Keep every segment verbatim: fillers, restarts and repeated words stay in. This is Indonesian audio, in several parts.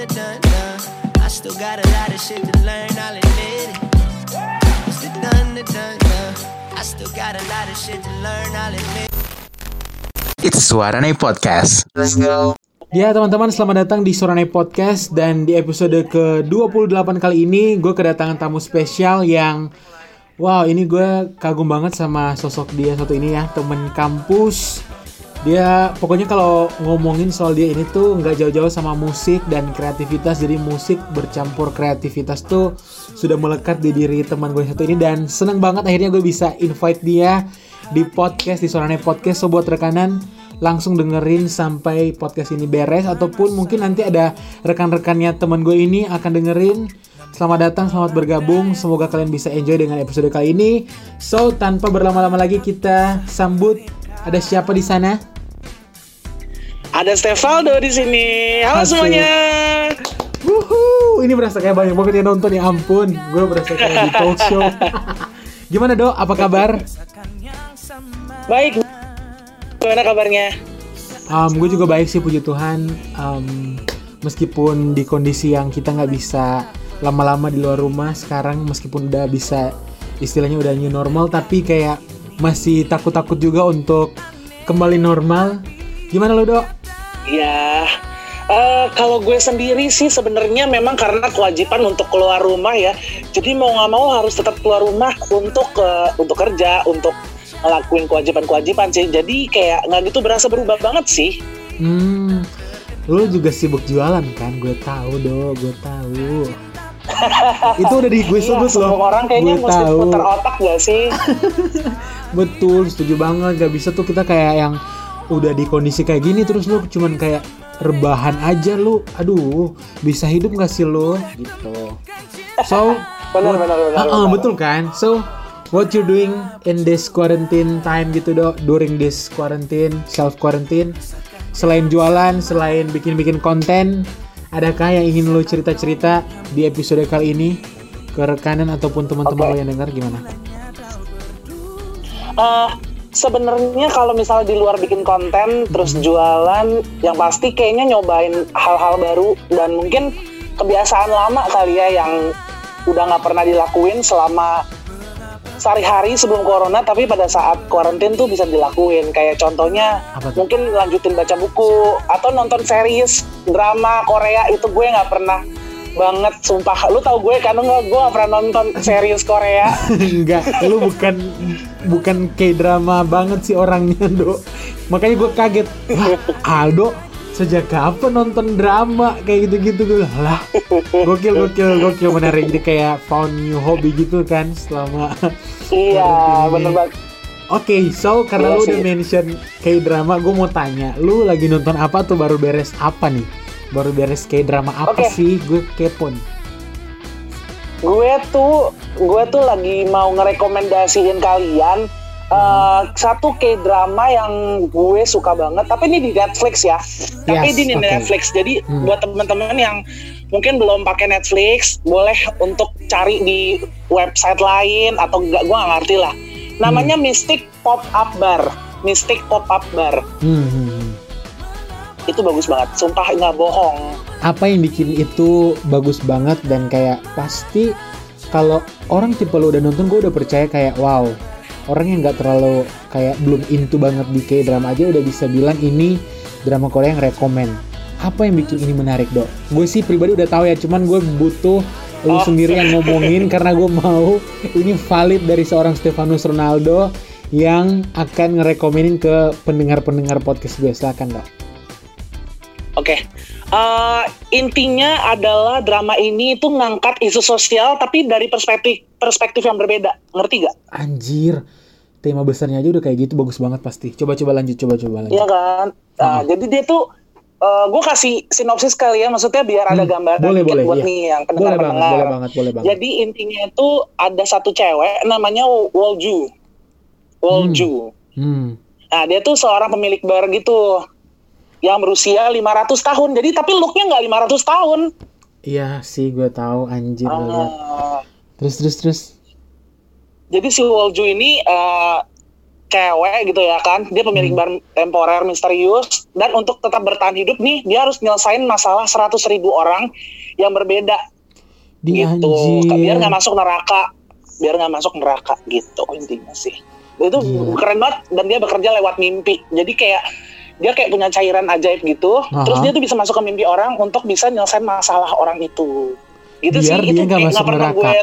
the done done. I still got a lot of shit to learn, I'll admit it. It's the done the done done. I still got a lot of shit to learn, I'll admit it. It's Suarane Podcast. Let's go. Ya teman-teman, selamat datang di Suarane Podcast. Dan di episode ke dua puluh delapan kali ini gue kedatangan tamu spesial yang wow, ini gue kagum banget sama sosok dia satu ini ya, temen kampus. Dia pokoknya kalau ngomongin soal dia ini tuh nggak jauh-jauh sama musik dan kreativitas. Jadi musik bercampur kreativitas tuh sudah melekat di diri teman gue satu ini. Dan seneng banget akhirnya gue bisa invite dia di podcast, di Suarane Podcast. So buat rekanan, langsung dengerin sampai podcast ini beres. Ataupun mungkin nanti ada rekan-rekannya teman gue ini akan dengerin. Selamat datang, selamat bergabung. Semoga kalian bisa enjoy dengan episode kali ini. So tanpa berlama-lama lagi kita sambut. Ada siapa di sana? Ada Stefaldo di sini. Halo Asik. semuanya. Wuhu, ini berasa kayak banyak banget yang nonton, ya ampun. Gue berasa kayak di talk show. Gimana Dok? Apa kabar? Baik. Gimana kabarnya? Um, gue juga baik sih, puji Tuhan. Um, meskipun di kondisi yang kita nggak bisa lama-lama di luar rumah sekarang, meskipun udah bisa istilahnya udah new normal, tapi kayak masih takut-takut juga untuk kembali normal. Gimana lo Dok? Ya, uh, kalau gue sendiri sih sebenarnya memang karena kewajiban untuk keluar rumah ya. Jadi mau nggak mau harus tetap keluar rumah untuk uh, untuk kerja, untuk ngelakuin kewajiban-kewajiban sih. Jadi kayak nggak gitu berasa berubah banget sih. Hmm, lo juga sibuk jualan kan? Gue tahu Dok, gue tahu. Itu udah di gue sebut iya, loh. Semua orang kayaknya gue mesti tahu. putar otak gak sih? Betul, setuju banget. Gak bisa tuh kita kayak yang udah di kondisi kayak gini terus lu cuman kayak rebahan aja lu. Aduh, bisa hidup gak sih lu? Gitu. So, benar, benar, benar, uh-uh, benar. betul kan? So, what you doing in this quarantine time gitu Dok? During this quarantine, self quarantine, selain jualan, selain bikin-bikin konten, adakah yang ingin lu cerita-cerita di episode kali ini ke rekanan ataupun teman-teman Okay. lo yang dengar? Gimana? Uh, Sebenarnya kalau misalnya di luar bikin konten terus jualan, yang pasti kayaknya nyobain hal-hal baru dan mungkin kebiasaan lama kali ya yang udah nggak pernah dilakuin selama sehari-hari sebelum corona, tapi pada saat karantin tuh bisa dilakuin. Kayak contohnya mungkin lanjutin baca buku atau nonton series drama Korea. Itu gue nggak pernah banget, sumpah. Lu tau gue kan, nggak, gue nggak pernah nonton series Korea. Enggak, lu bukan bukan K-drama banget sih orangnya Dok. Makanya gue kaget. Wah, Aldo sejak kapan nonton drama kayak gitu-gitu? Gue lah, gokil gokil gokil menarik. Jadi kayak found new hobby gitu kan selama. Iya, bener banget. Oke, okay, so karena Iya lu sih. udah mention K-drama, gue mau tanya, lu lagi nonton apa tuh? Baru beres apa nih? Baru beres K-drama apa Oke. sih? Gue kepo nih. Gue tuh gue tuh lagi mau ngerekomendasiin kalian uh, satu K-drama yang gue suka banget, tapi ini di Netflix ya. Tapi Yes, ini di okay. Netflix. Jadi Hmm. buat teman-teman yang mungkin belum pakai Netflix, boleh untuk cari di website lain atau enggak, gue nggak ngerti lah. Namanya Mystic Pop-Up Bar. Mystic Pop-Up Bar. Hmm, hmm, hmm. Itu bagus banget, sumpah nggak bohong. Apa yang bikin itu bagus banget dan kayak pasti kalau orang tipe lo udah nonton, gue udah percaya kayak wow, orang yang nggak terlalu kayak belum into banget di K-drama aja udah bisa bilang ini drama Korea yang rekomen. Apa yang bikin ini menarik Dok? Gue sih pribadi udah tahu ya, cuman gue butuh lu Oh. sendiri yang ngomongin karena gue mau ini valid dari seorang Stefanus Ronaldo yang akan ngerekomenin ke pendengar-pendengar podcast gue. Silakan Dok. Oke, uh, intinya adalah drama ini itu ngangkat isu sosial tapi dari perspektif perspektif yang berbeda, ngerti gak? Anjir, tema besarnya aja udah kayak gitu, bagus banget pasti. Coba-coba lanjut, coba-coba lanjut. Iya kan? Nah, Hmm. jadi dia tuh, uh, gue kasih sinopsis kali ya, maksudnya biar ada Hmm, gambaran boleh, dikit boleh, buat iya. nih yang Boleh banget, pendengar-pendengar. boleh banget, boleh banget. Jadi intinya itu ada satu cewek namanya Wolju, Wolju. Hmm. Nah, dia tuh seorang pemilik bar gitu yang berusia lima ratus tahun. Jadi tapi looknya nggak lima ratus tahun. Iya sih, gue tahu anjir gue liat. Ah, Terus terus terus. jadi si Wolju ini uh, cewek gitu ya kan, dia pemilik Hmm. bar temporer misterius, dan untuk tetap bertahan hidup nih dia harus nyelesain masalah seratus ribu orang yang berbeda Di gitu, anjir. biar nggak masuk neraka, biar nggak masuk neraka gitu intinya sih. Itu Gila. keren banget, dan dia bekerja lewat mimpi, jadi kayak dia kayak punya cairan ajaib gitu. Aha. Terus dia tuh bisa masuk ke mimpi orang untuk bisa nyelesain masalah orang itu gitu Biar sih. dia Itu nggak kayak masuk nggak pernah neraka. gue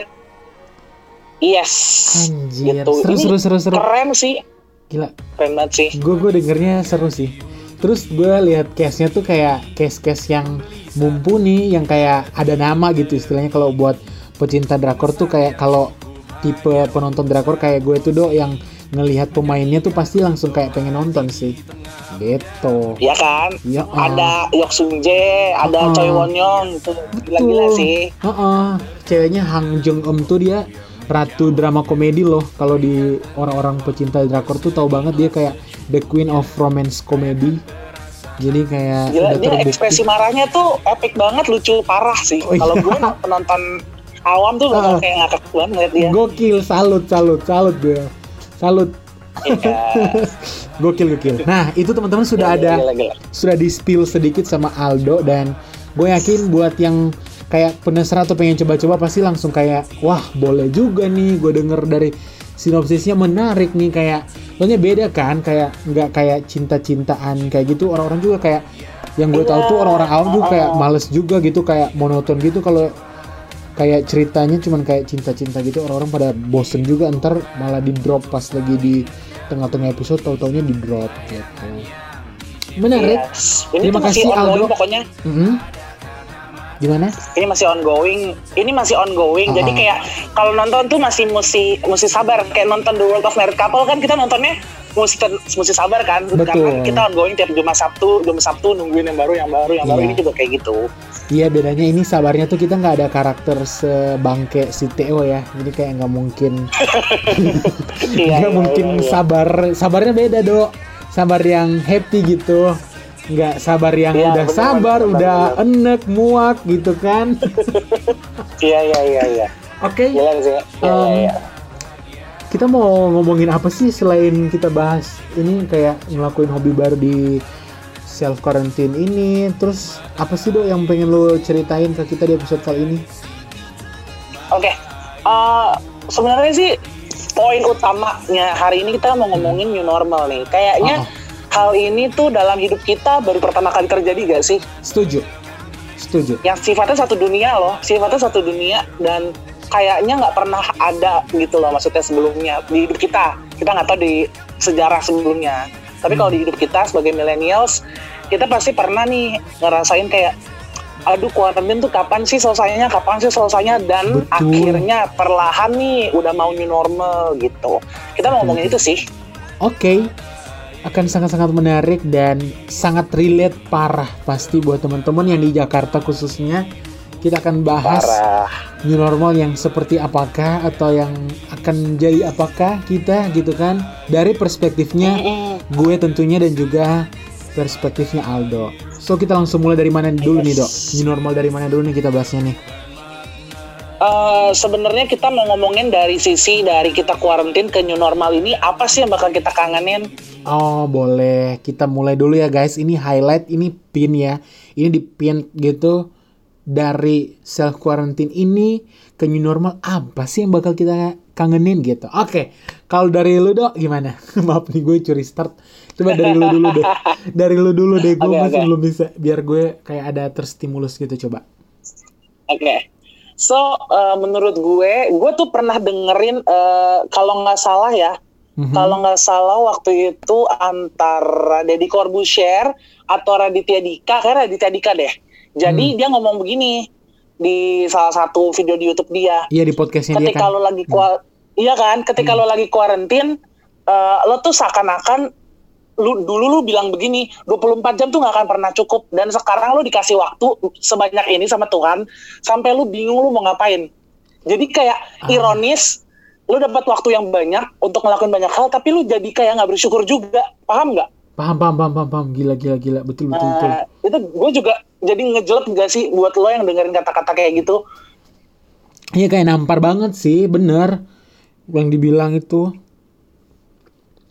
yes Anjir, gitu. seru Ini seru seru seru. keren sih, Gila. keren banget sih. Gue gue dengernya seru sih. Terus gue lihat case-nya tuh kayak case-case yang mumpuni, yang kayak ada nama gitu istilahnya. Kalau buat pecinta drakor tuh kayak, kalau tipe penonton drakor kayak gue tuh do, yang ngelihat pemainnya tuh pasti langsung kayak pengen nonton sih. Gitu. Ya kan, Ya, ah. ada Yok Sung Jae, ada Ah. Choi Won Young gitu, gila-gila Betul. sih. Heeh. Ceweknya Hang Jung Eum tuh dia ratu drama komedi loh. Kalau di orang-orang pecinta drakor tuh tahu banget dia kayak the queen of romance comedy. Jadi kayak Gila, udah dia terbukti. ekspresi marahnya tuh epic banget, lucu parah sih. Oh, Kalau iya. gue penonton awam tuh bakal Ah. kayak ngakak banget ngeliat dia. Gokil, salut, salut, salut gue. Salut. Iya. Gokil, gokil. Nah, itu teman-teman sudah Gila, ada gila, gila. sudah di-spill sedikit sama Aldo, dan gue yakin buat yang kayak penasaran atau pengen coba-coba pasti langsung kayak, wah boleh juga nih, gue denger dari sinopsisnya menarik nih, kayak soalnya beda kan, kayak nggak kayak cinta-cintaan kayak gitu. Orang-orang juga kayak yang gue tahu tuh orang-orang awam juga kayak males juga gitu, kayak monoton gitu kalau kayak ceritanya cuman kayak cinta-cinta gitu. Orang-orang pada bosen juga, ntar malah di drop pas lagi di tengah-tengah episode, tahu-taunya di drop gitu. Menarik. Yes. Ini Terima tuh masih kasih, ongoing Aldo. pokoknya. Mhm. Gimana? Ini masih ongoing. Ini masih ongoing. Ah. Jadi kayak kalau nonton tuh masih mesti mesti sabar. Kayak nonton The World of Married Couple kan, kita nontonnya mesti mesti sabar kan. Betul. Karena kita ongoing tiap Jumat Sabtu, Jumat Sabtu nungguin yang baru, yang baru, yang baru. Iya. Ini juga kayak gitu. Iya, bedanya ini sabarnya tuh kita nggak ada karakter sebangke si Theo ya. Jadi kayak nggak mungkin Iya, nggak iya, mungkin iya, iya. sabar. Sabarnya beda dok. Sabar yang happy gitu. Nggak sabar yang Iya, udah bener, sabar, bener, udah bener. enek, muak gitu kan. Iya, iya, iya, iya. Oke. Gila sih. Iya, Um, iya, iya. Kita mau ngomongin apa sih selain kita bahas ini, kayak ngelakuin hobi baru di self quarantine ini? Terus apa sih dok yang pengen lo ceritain ke kita di episode kali ini? Oke, eh, sebenarnya sih poin utamanya hari ini kita mau ngomongin new normal nih. Kayaknya Oh. hal ini tuh dalam hidup kita baru pertama kali terjadi gak sih? Setuju, setuju. Yang sifatnya satu dunia loh, sifatnya satu dunia, dan kayaknya nggak pernah ada gitu loh, maksudnya sebelumnya di hidup kita. Kita nggak tahu di sejarah sebelumnya. Tapi kalau di hidup kita sebagai millennials, kita pasti pernah nih ngerasain kayak, aduh quarantine tuh kapan sih selesainya, kapan sih selesainya, dan Betul. akhirnya perlahan nih udah mau new normal gitu. Kita mau ngomongin itu sih. Oke, akan sangat-sangat menarik dan sangat relate parah pasti buat teman-teman yang di Jakarta khususnya. Kita akan bahas Parah. new normal yang seperti apakah, atau yang akan jadi apakah kita gitu kan, dari perspektifnya gue tentunya dan juga perspektifnya Aldo. So kita langsung mulai dari mana dulu nih dok? New normal dari mana dulu nih kita bahasnya nih? Eh, sebenarnya kita mau ngomongin dari sisi dari kita quarantine ke new normal ini, apa sih yang bakal kita kangenin? Oh boleh, kita mulai dulu ya guys. Ini highlight, ini pin ya. Ini di pin gitu. Dari self quarantine ini ke new normal, apa sih yang bakal kita kangenin gitu. Oke, kalau dari lu dok gimana? Maaf nih gue curi start. Coba dari lu dulu deh. Dari lu dulu deh, gue Oke, masih oke. belum bisa. Biar gue kayak ada terstimulus gitu, coba. Oke, so eh, menurut gue, gue tuh pernah dengerin eh, kalau nggak salah ya, Mhm. kalau nggak salah waktu itu antara Deddy Corbuzier atau Raditya Dika, kayak Raditya Dika deh. Jadi dia ngomong begini di salah satu video di YouTube dia. Iya, di podcastnya dia Ketika kan. lo lagi kua- iya kan, ketika lo lagi kuarantin, eh, lo tuh seakan-akan lu dulu lu bilang begini, dua puluh empat jam tuh nggak akan pernah cukup, dan sekarang lu dikasih waktu sebanyak ini sama Tuhan sampai lu bingung lu mau ngapain. Jadi kayak Ah. ironis, lu dapat waktu yang banyak untuk ngelakuin banyak hal, tapi lu jadi kayak nggak bersyukur juga. Paham nggak? Paham, paham, paham, paham, paham. Gila, gila, gila. Betul, betul, betul. Nah, itu gue juga jadi ngejelek gak sih buat lo yang dengerin kata-kata kayak gitu? Iya, kayak nampar banget sih, bener. Yang dibilang itu.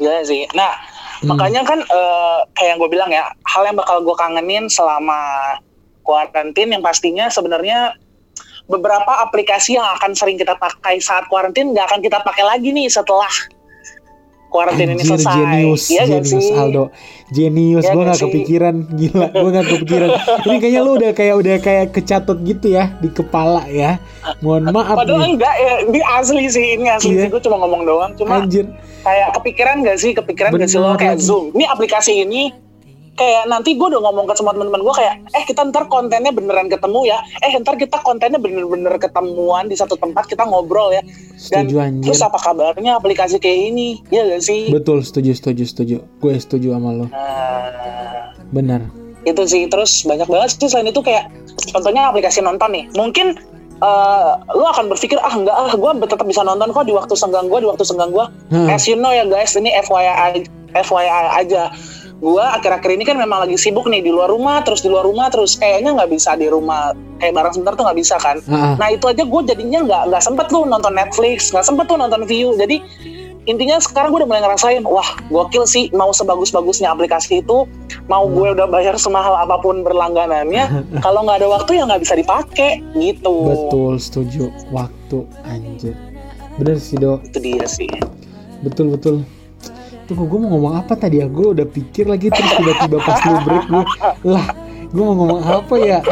Iya sih. Nah, hmm. makanya kan uh, kayak yang gue bilang ya, hal yang bakal gue kangenin selama kuarantin yang pastinya sebenarnya beberapa aplikasi yang akan sering kita pakai saat kuarantin nggak akan kita pakai lagi nih setelah kuarantin ini selesai. Genius, ya genius sih? Aldo, genius. Ya gue nggak sih? kepikiran, gila, gue nggak kepikiran. Ini kayaknya lu udah kayak udah kayak kecatat gitu ya di kepala ya. Mohon maaf. Padahal nih. enggak ya, ini asli sih, ini asli Iya. sih. Gue cuma ngomong doang, cuma Anjir. kayak kepikiran gak sih, kepikiran Bener gak sih lo kayak lagi. Zoom. Ini aplikasi ini kayak nanti gue udah ngomong ke semua teman-teman gue kayak, eh kita ntar kontennya beneran ketemu ya, eh ntar kita kontennya bener-bener ketemuan di satu tempat kita ngobrol ya. Dan Setuju, anjir. terus apa kabarnya aplikasi kayak ini, ya gak sih? Betul, setuju, setuju, setuju. Gue setuju sama lo. Nah, Benar. itu sih. Terus banyak banget sih selain itu kayak contohnya aplikasi nonton nih. Mungkin uh, lu akan berpikir ah enggak ah gue tetap bisa nonton kok di waktu senggang gue, di waktu senggang gue. Hmm. As you know ya guys, ini F Y I F Y I aja. Gue akhir-akhir ini kan memang lagi sibuk nih di luar rumah, terus di luar rumah, terus kayaknya nggak bisa di rumah kayak bareng sebentar tuh nggak bisa kan. Uh-uh. Nah itu aja gue jadinya nggak nggak sempet tuh nonton Netflix, nggak sempet tuh nonton Viu. Jadi intinya sekarang gue udah mulai ngerasain, wah gokil sih, mau sebagus-bagusnya aplikasi itu, mau gue udah bayar semahal apapun berlangganannya, kalau nggak ada waktu ya nggak bisa dipakai gitu. Betul, setuju. Waktu, anjir. Bener sih, Do. Itu dia sih. Betul, betul. Tunggu, gue mau ngomong apa tadi ya? Gue udah pikir lagi, terus tiba-tiba pas lu break gue, lah, gue mau ngomong apa ya?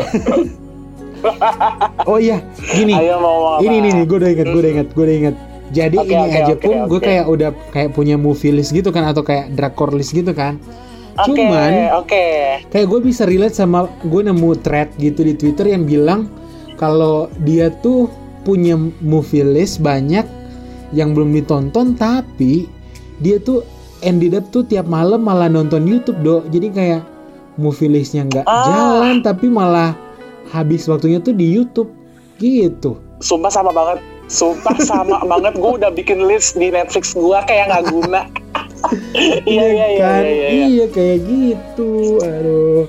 Oh iya, gini. Ayo, mau ngomong Ini, apa? ini, nih, gue udah inget, gue udah inget, gue udah inget. Jadi Oke, ini oke, aja oke, pun gue oke. kayak udah kayak punya movie list gitu kan, atau kayak drakor list gitu kan. Oke, Cuman oke. kayak gue bisa relate sama, gue nemu thread gitu di Twitter yang bilang kalau dia tuh punya movie list banyak yang belum ditonton, tapi dia tuh ended up tuh tiap malam malah nonton YouTube, Do. Jadi kayak movie listnya nggak Ah. jalan, tapi malah habis waktunya tuh di YouTube gitu. Sumpah sama banget. Sumpah sama banget. Gue udah bikin list di Netflix gue kayak nggak guna. Iya, iya, iya, kan? iya, iya. Iya kayak gitu. Aduh.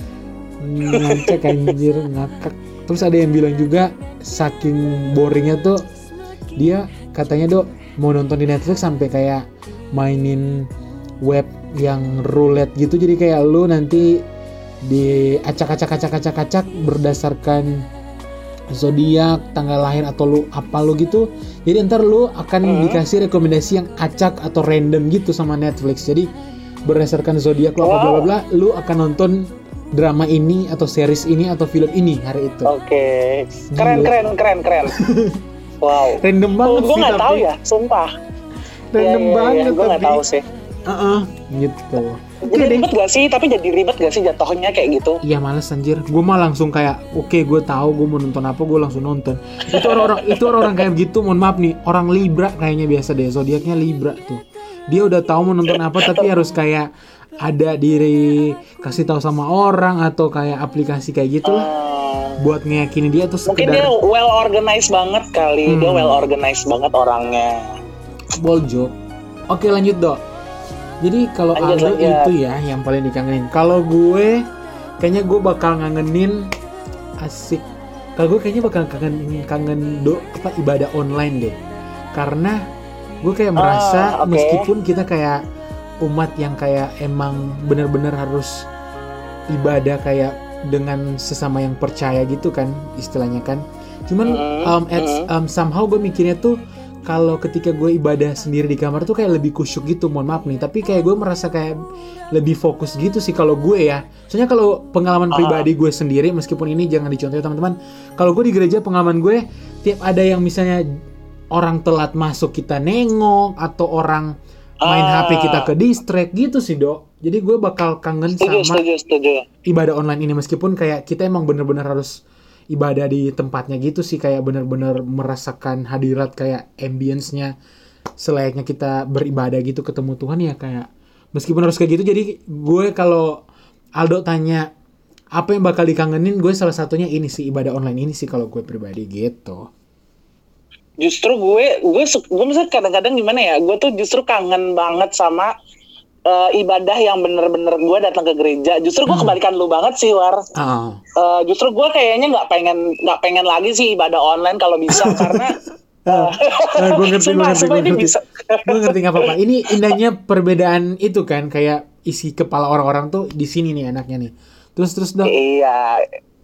Ngacak anjir, ngakak. Terus ada yang bilang juga saking boringnya tuh dia katanya, Do, mau nonton di Netflix sampai kayak mainin web yang roulette gitu. Jadi kayak lu nanti di acak-acak-acak-acak-acak berdasarkan zodiak, tanggal lahir atau lu apa lu gitu. Jadi ntar lu akan Hmm. dikasih rekomendasi yang acak atau random gitu sama Netflix. Jadi berdasarkan zodiak lu apa bla bla bla, lu akan nonton drama ini atau series ini atau film ini hari itu. Oke. Keren, Gila. keren, keren, keren. Wow. Random banget Gue sih nggak tapi. tahu ya, sumpah. Random Iya, iya, banget iya, gue nggak tapi. tahu sih. Heeh, gitu. Oke Jadi deh. ribet gak sih? Tapi jadi ribet gak sih jatuhnya kayak gitu? Iya males anjir. Gue mah langsung kayak oke okay, gue tahu gue mau nonton apa, gue langsung nonton. Itu orang-orang itu orang-orang kayak gitu, mohon maaf nih, orang Libra kayaknya biasa deh, zodiaknya Libra tuh. Dia udah tahu mau nonton apa tapi harus kayak ada diri kasih tahu sama orang atau kayak aplikasi kayak gitu lah Hmm, buat ngeyakinin dia tuh mungkin dia sekedar well organized banget kali. Dia Hmm. well organized banget orangnya. boljo. Oke lanjut, Dok. Jadi kalau Lanjut, Aldo lanjut. itu ya yang paling dikangenin. Kalau gue kayaknya gue bakal ngangenin asik. Kalau gue kayaknya bakal kangen kangen do apa ibadah online deh. Karena gue kayak merasa Ah, oke. meskipun kita kayak umat yang kayak emang benar-benar harus ibadah kayak dengan sesama yang percaya gitu kan istilahnya kan. Cuman Mm, um, at, mm. um, somehow gue mikirnya tuh kalau ketika gue ibadah sendiri di kamar tuh kayak lebih kusyuk gitu, mohon maaf nih, tapi kayak gue merasa kayak lebih fokus gitu sih kalau gue ya. Soalnya kalau pengalaman pribadi gue sendiri, meskipun ini jangan dicontoh ya teman-teman, kalau gue di gereja pengalaman gue tiap ada yang misalnya orang telat masuk kita nengok atau orang main Ah. H P kita ke distract gitu sih, Dok. Jadi gue bakal kangen Setuju, sama setuju, setuju. ibadah online ini, meskipun kayak kita emang bener-bener harus ibadah di tempatnya gitu sih, kayak bener-bener merasakan hadirat kayak ambience-nya selayaknya kita beribadah gitu ketemu Tuhan ya, kayak meskipun harus kayak gitu. Jadi gue kalau Aldo tanya apa yang bakal dikangenin, gue salah satunya ini sih, ibadah online ini sih kalau gue pribadi gitu. Justru gue, gue, su- gue misalnya kadang-kadang gimana ya, gue tuh justru kangen banget sama uh, ibadah yang bener-bener gue datang ke gereja. Justru gue kebalikan lu banget sih, War. Ah, Uh, justru gue kayaknya nggak pengen nggak pengen lagi sih ibadah online kalau bisa karena uh, ah gue ngerti, gue sumpah, ngerti, sumpah gue ini ngerti. bisa Gue ngerti nggak apa-apa. Ini indahnya perbedaan itu kan, kayak isi kepala orang-orang tuh di sini nih anaknya nih. Terus terus dong. Iya.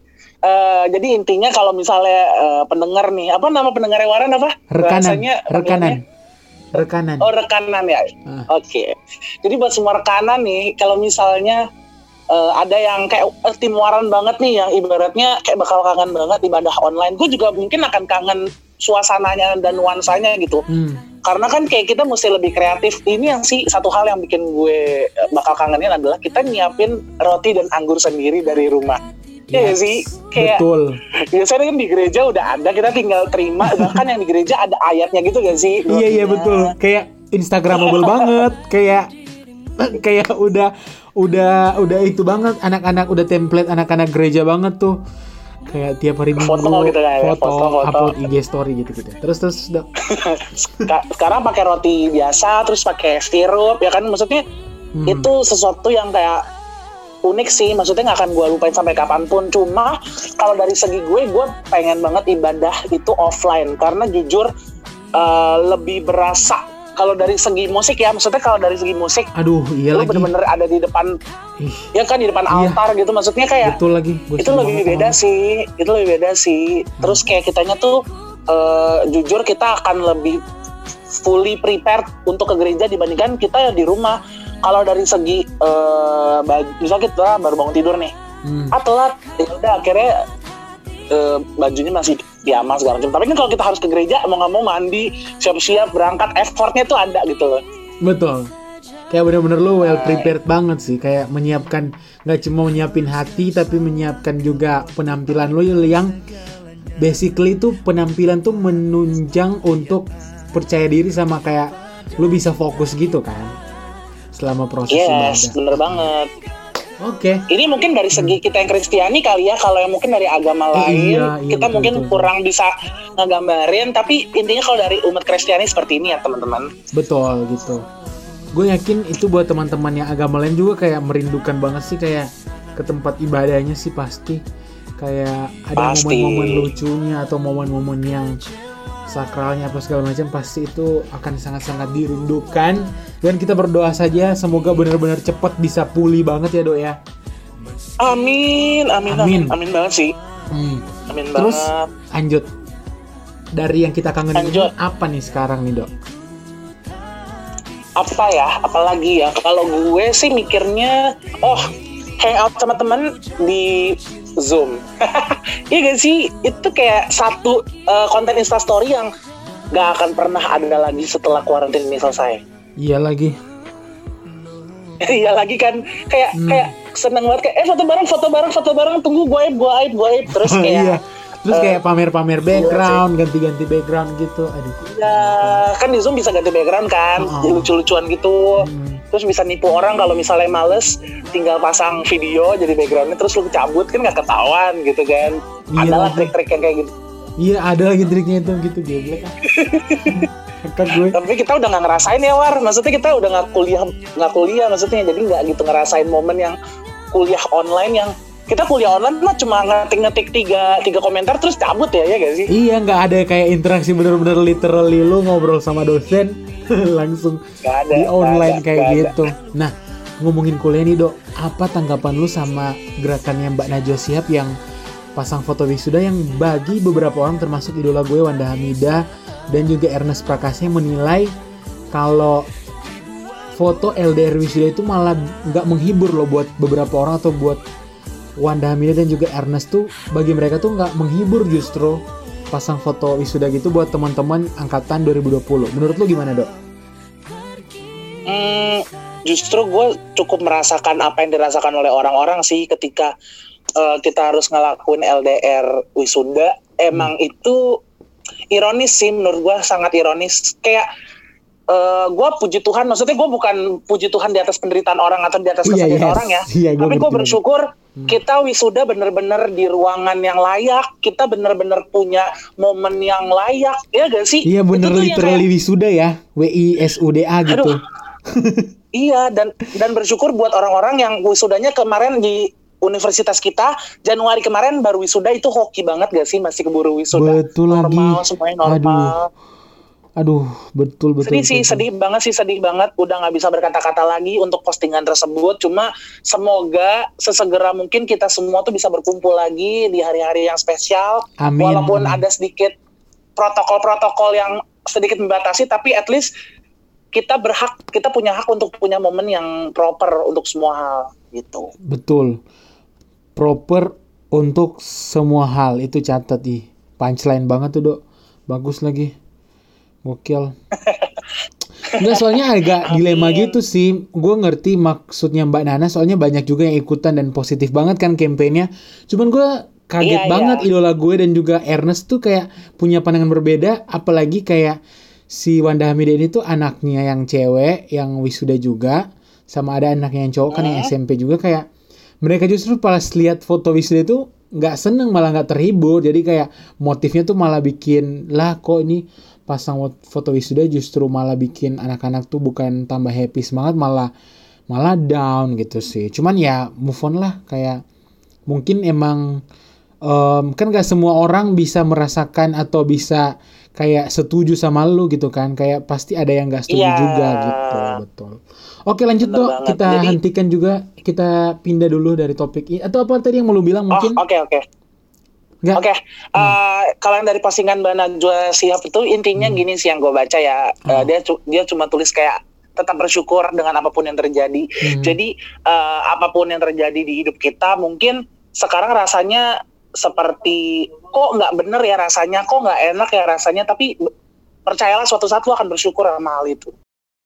Uh, jadi intinya kalau misalnya uh, pendengar nih, apa nama pendengarnya Waran apa? Rekanan. Bahasanya, Rekanan. Rekanan. Oh rekanan ya. Ah. Oke. Okay. Jadi buat semua rekanan nih, kalau misalnya uh, ada yang kayak uh, tim Waran banget nih, yang ibaratnya kayak bakal kangen banget ibadah online. Gue juga mungkin akan kangen suasananya dan nuansanya gitu. Hmm. Karena kan kayak kita mesti lebih kreatif. Ini yang sih satu hal yang bikin gue bakal kangenin adalah kita nyiapin roti dan anggur sendiri dari rumah. Iya yes, sih, kayak betul. Biasanya kan di gereja udah ada, kita tinggal terima. Bahkan yang di gereja ada ayatnya gitu gak sih? Iya iya betul. Kayak Instagramable banget, kayak kayak udah udah udah itu banget. Anak-anak udah template anak-anak gereja banget tuh. Kayak tiap hari minggu foto, gitu kan, foto, foto, foto, upload I G story gitu-gitu. Terus terus dok. Sekarang pakai roti biasa, terus pakai sirup, ya kan? Maksudnya hmm. itu sesuatu yang kayak unik sih, maksudnya nggak akan gue lupain sampai kapanpun. Cuma kalau dari segi gue, gue pengen banget ibadah itu offline karena jujur uh, lebih berasa. Kalau dari segi musik ya, maksudnya kalau dari segi musik, aduh iya lu lagi. bener-bener ada di depan, Ih, ya kan di depan iya. altar gitu, maksudnya kayak betul lagi. Itu lebih beda sama. sih, itu lebih beda sih. Hmm. Terus kayak kitanya tuh uh, jujur kita akan lebih fully prepared untuk ke gereja dibandingkan kita ya di rumah. Kalau dari segi uh, misalnya kita baru bangun tidur nih, hmm. ah telat, ya udah akhirnya uh, bajunya masih piyama segala macam. Tapi kan kalau kita harus ke gereja, mau nggak mau mandi, siap-siap berangkat, effortnya tuh ada gitu loh. Betul. Kayak bener-bener lo well prepared nah. banget sih, kayak menyiapkan, nggak cuma menyiapin hati, tapi menyiapkan juga penampilan lo yang basically tuh penampilan tuh menunjang untuk percaya diri sama kayak lo bisa fokus gitu kan. Selama proses ibadah. Yes, bener banget. Oke. Okay. Ini mungkin dari segi kita yang Kristiani kali ya, kalau yang mungkin dari agama lain, eh, iya, iya, kita betul, mungkin betul. kurang bisa ngegambarin, tapi intinya kalau dari umat Kristiani seperti ini ya teman-teman. Betul gitu. Gue yakin itu buat teman-teman yang agama lain juga kayak merindukan banget sih kayak ke tempat ibadahnya sih pasti. Kayak ada pasti. momen-momen lucunya atau momen-momen yang sakralnya apa segala macam, pasti itu akan sangat-sangat dirindukan. Dan kita berdoa saja semoga benar-benar cepat bisa pulih banget ya dok ya. Amin, amin, amin, amin banget sih. Hmm. Amin Terus, banget. Terus lanjut dari yang kita kangenin ini apa nih sekarang nih dok? Apa ya? Apalagi ya? Kalau gue sih mikirnya, oh hangout sama temen di Zoom. Iya gak sih? Itu kayak satu uh, konten Instastory yang gak akan pernah ada lagi setelah kuarantin ini selesai. Iya lagi. Iya lagi kan. Kayak hmm. kayak seneng banget kayak eh foto bareng, foto bareng, foto bareng, tunggu gue aib, gue aib, gue aib. Terus kayak iya. Terus kayak uh, pamer-pamer background, ganti-ganti background gitu. Aduh. Ya, kan di Zoom bisa ganti background kan, oh. lucu-lucuan gitu. Hmm. Terus bisa nipu orang kalau misalnya males, tinggal pasang video jadi backgroundnya, terus lu cabut kan nggak ketahuan gitu kan. Iya, ada lah trik-trik yang kayak gitu. Iya, ada lagi triknya itu gitu geblek kan. gue. Tapi kita udah nggak ngerasain ya War, maksudnya kita udah nggak kuliah, nggak kuliah maksudnya, jadi nggak gitu ngerasain momen yang kuliah online yang kita kuliah online mah cuma ngetik-ngetik tiga, tiga komentar terus cabut ya, ya gak sih? Iya, nggak ada kayak interaksi bener-bener literally lu ngobrol sama dosen langsung ada, di online ada, kayak gitu. Ada. Nah, ngomongin kuliah nih dok, apa tanggapan lu sama gerakannya Mbak Najwa Shihab yang pasang foto wisuda yang bagi beberapa orang termasuk idola gue Wanda Hamidah dan juga Ernest Prakasa yang menilai kalau foto L D R wisuda itu malah nggak menghibur loh buat beberapa orang, atau buat Wanda Hamidah dan juga Ernest tuh bagi mereka tuh nggak menghibur, justru pasang foto wisuda gitu buat teman-teman angkatan dua ribu dua puluh. Menurut lu gimana dok? Hmm, justru gue cukup merasakan apa yang dirasakan oleh orang-orang sih ketika uh, kita harus ngelakuin L D R wisuda. Emang hmm. itu ironis sih, menurut gue sangat ironis. Kayak Uh, gue puji Tuhan, maksudnya gue bukan puji Tuhan di atas penderitaan orang atau di atas kesedihan yeah, yes. orang ya, yeah, tapi gue bersyukur hmm. kita wisuda bener-bener di ruangan yang layak, kita bener-bener punya momen yang layak, ya gak sih? Iya yeah, bener literally kayak wisuda ya, W I S U D A gitu. Iya, dan dan bersyukur buat orang-orang yang wisudanya kemarin di universitas kita Januari kemarin baru wisuda, itu hoki banget gak sih, masih keburu wisuda. Betul normal, lagi. Semuanya normal. Aduh. Aduh, betul betul. Sedih sih, betul. sedih banget sih, sedih banget. Udah nggak bisa berkata-kata lagi untuk postingan tersebut. Cuma semoga sesegera mungkin kita semua tuh bisa berkumpul lagi di hari-hari yang spesial. Amin. Walaupun amin. ada sedikit protokol-protokol yang sedikit membatasi, tapi at least kita berhak, kita punya hak untuk punya momen yang proper untuk semua hal gitu. Betul. Proper untuk semua hal, itu catat ih. Punchline banget tuh, Dok. Bagus lagi. Gokil. Enggak, soalnya agak dilema gitu sih. Gue ngerti maksudnya Mbak Nana, soalnya banyak juga yang ikutan dan positif banget kan kampanyenya. Cuman gue kaget Iya, banget iya. idola gue dan juga Ernest tuh kayak punya pandangan berbeda. Apalagi kayak si Wanda Hamidah ini tuh anaknya yang cewek, yang wisuda juga. Sama ada anaknya yang cowok kan yang S M P juga. Kayak mereka justru pas lihat foto wisuda itu nggak seneng, malah nggak terhibur. Jadi kayak motifnya tuh malah bikin, lah kok ini pasang foto wisuda justru malah bikin anak-anak tuh bukan tambah happy semangat, malah malah down gitu sih. Cuman ya move on lah, kayak mungkin emang um, kan gak semua orang bisa merasakan atau bisa kayak setuju sama lu gitu kan, kayak pasti ada yang gak setuju Iya. juga gitu. Betul. Oke, lanjut Bener Dok, banget. kita Jadi- hentikan juga, kita pindah dulu dari topik ini. Atau apa tadi yang mau lu bilang mungkin? Oh, oke oke. Nggak? Oke, eh, kalau yang dari postingan Mbak Najwa Shihab itu intinya Hmm. gini sih yang gue baca ya. Eh, Hmm. dia cu- dia cuma tulis kayak tetap bersyukur dengan apapun yang terjadi. Hmm. Jadi eh, apapun yang terjadi di hidup kita, mungkin sekarang rasanya seperti kok nggak bener ya rasanya, kok nggak enak ya rasanya. Tapi b- percayalah suatu saat lo akan bersyukur sama hal itu.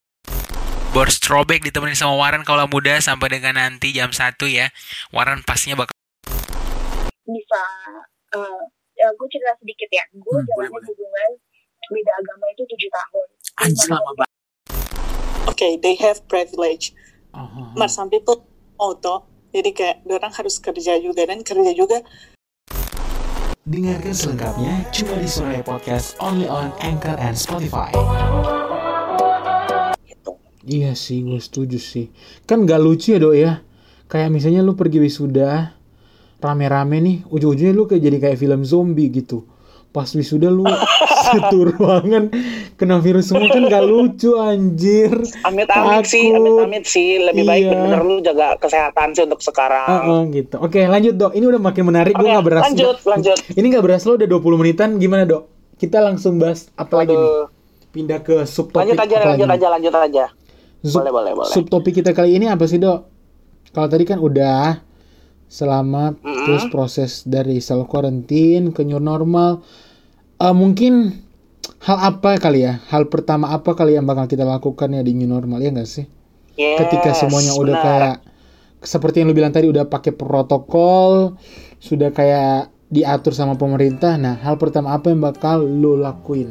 Boris Throwback ditemenin sama Waran Kaula Muda sampai dengan nanti jam satu ya. Waran pastinya bakal bisa uh, ya gue cerita sedikit ya, gue Hmm, jalanin boleh, boleh. hubungan beda agama itu tujuh tahun. anjir lama banget. Okay, they have privilege. Aha. But some people auto. Jadi kayak orang harus kerja juga dan kerja juga. Dengarkan selengkapnya cuma di Suara Podcast, only on Anchor and Spotify. Iya sih, gue setuju sih. Kan gak lucu ya Dok ya. Kayak misalnya lu pergi wisuda, rame-rame nih, ujung-ujungnya lu kayak jadi kayak film zombie gitu. Pas wisuda lu satu ruangan kena virus semua, kan gak lucu anjir. Amit-amit sih, Takut. amit-amit sih. Lebih baik Iya. bener-bener lu jaga kesehatan sih untuk sekarang. Heeh, gitu. Oke, lanjut Dok. Ini udah makin menarik. Gue Oke, gak berasa. lanjut, lanjut. Ini gak berasa lo udah dua puluh menitan. Gimana Dok? Kita langsung bahas apa lagi nih? Aduh. Pindah ke subtopik. Lanjut aja, apa lanjut lagi? aja, lanjut aja. Sub- Boleh, boleh, boleh. Subtopik kita kali ini apa sih Dok? Kalau tadi kan udah selama Mm-mm. terus proses dari self quarantine ke new normal. Eh, mungkin hal apa kali ya? Hal pertama apa kali yang bakal kita lakukan ya di new normal, ya nggak sih? Yes, Ketika semuanya udah benar. kayak seperti yang lu bilang tadi, udah pakai protokol, sudah kayak diatur sama pemerintah. Nah, hal pertama apa yang bakal lu lakuin?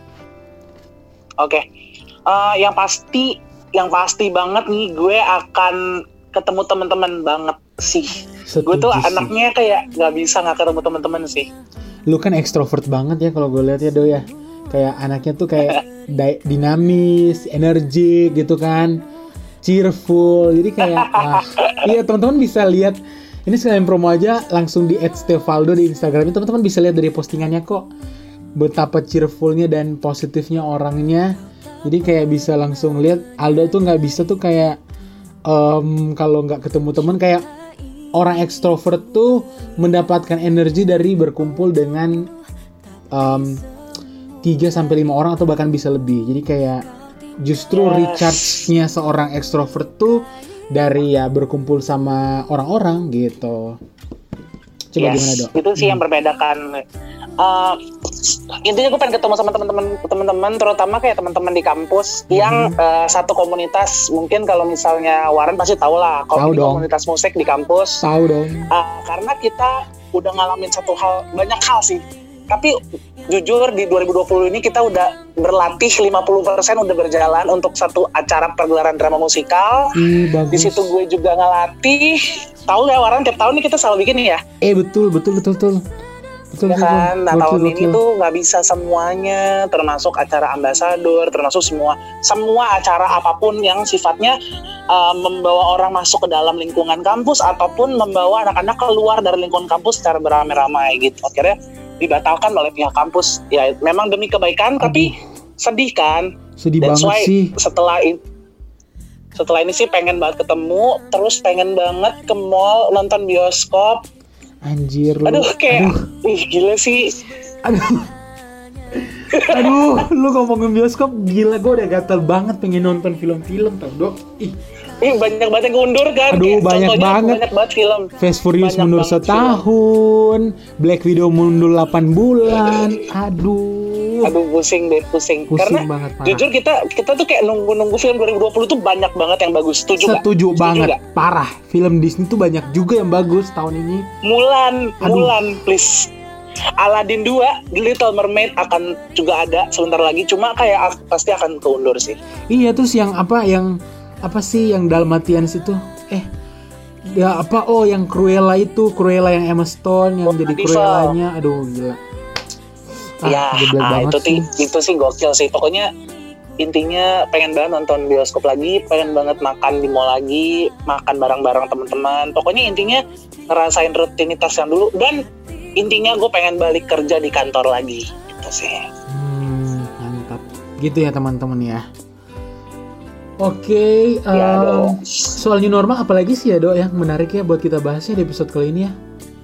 Oke, Eh, yang pasti, yang pasti banget nih, gue akan ketemu teman-teman banget sih. Gue tuh Setuju sih. anaknya kayak nggak bisa nggak ketemu teman-teman sih. Lu kan ekstrovert banget ya kalau gue lihat ya Do ya. Kayak anaknya tuh kayak di- dinamis, energik gitu kan, cheerful. Jadi kayak wah, iya teman-teman bisa lihat. Ini sekalian promo aja, langsung di et stevaldo di Instagram. Teman-teman bisa lihat dari postingannya kok betapa cheerfulnya dan positifnya orangnya. Jadi kayak bisa langsung lihat Aldo tuh nggak bisa tuh kayak em, kalau nggak ketemu teman, kayak orang ekstrovert tuh mendapatkan energi dari berkumpul dengan um, tiga sampai lima orang atau bahkan bisa lebih. Jadi kayak justru Yes. recharge-nya seorang ekstrovert tuh dari ya berkumpul sama orang-orang gitu. Coba Yes, gimana Dok? itu sih yang membedakan. Eh, intinya gue pengen ketemu sama teman-teman teman-teman terutama kayak teman-teman di kampus yang eh, satu komunitas. Mungkin kalau misalnya Warren pasti tahu lah Tahu kom- dong. komunitas musik di kampus. Tahu dong. Eh, karena kita udah ngalamin satu hal, banyak hal sih. Tapi jujur di dua ribu dua puluh ini kita udah berlatih lima puluh persen udah berjalan untuk satu acara pergelaran drama musikal. Ih, Di bagus. situ gue juga ngelatih. Tahu nggak Warren, tiap tahun nih kita selalu bikin nih ya. Eh betul betul betul betul. Betul Ya betul. kan, nah Gokil, tahun ini gokil. tuh nggak bisa semuanya, termasuk acara ambasador, termasuk semua semua acara apapun yang sifatnya uh, membawa orang masuk ke dalam lingkungan kampus ataupun membawa anak-anak keluar dari lingkungan kampus secara beramai-ramai gitu. Akhirnya dibatalkan oleh pihak kampus. Ya memang demi kebaikan, tapi sedih kan. Sedih That's banget why sih. setelah ini setelah ini sih pengen banget ketemu, terus pengen banget ke mall nonton bioskop. Anjir lu. Aduh kayak Aduh. ih gila sih. Aduh. Aduh, lu ngomongin bioskop gila, gue udah gatel banget pengen nonton film-film tau Dok. Ih, Ih banyak banget yang keundur kan. Aduh, Kayak banyak contohnya banget. Banyak banget film. Fast Furious Banyak mundur banget setahun, Black Widow mundur delapan bulan. Aduh. Aduh pusing deh, pusing. Pusing Karena banget, parah. jujur kita kita tuh kayak nunggu-nunggu film dua ribu dua puluh tuh banyak banget yang bagus. Setuju nggak? Setuju banget, nggak? parah. Film Disney tuh banyak juga yang bagus tahun ini. Mulan, Aduh. Mulan please. Aladdin dua, The Little Mermaid akan juga ada sebentar lagi. Cuma kayak pasti akan keundur sih. Iya, terus yang apa yang apa sih yang Dalmatians itu? Eh, ya apa? Oh, yang Cruella itu, Cruella yang Emma Stone yang Oh, jadi Diva. Cruellanya. Aduh, gila. ya, geblek ah, banget itu sih. sih itu sih gokil sih. Pokoknya intinya pengen banget nonton bioskop lagi, pengen banget makan di mall lagi, makan bareng-bareng teman-teman. Pokoknya intinya ngerasain rutinitas yang dulu, dan intinya gue pengen balik kerja di kantor lagi. Itu sih. Hmm, mantap. Gitu ya teman-teman ya. Oke, Ya, em, Dok. soal new normal apalagi sih ya Dok yang menarik ya buat kita bahasnya di episode kali ini ya.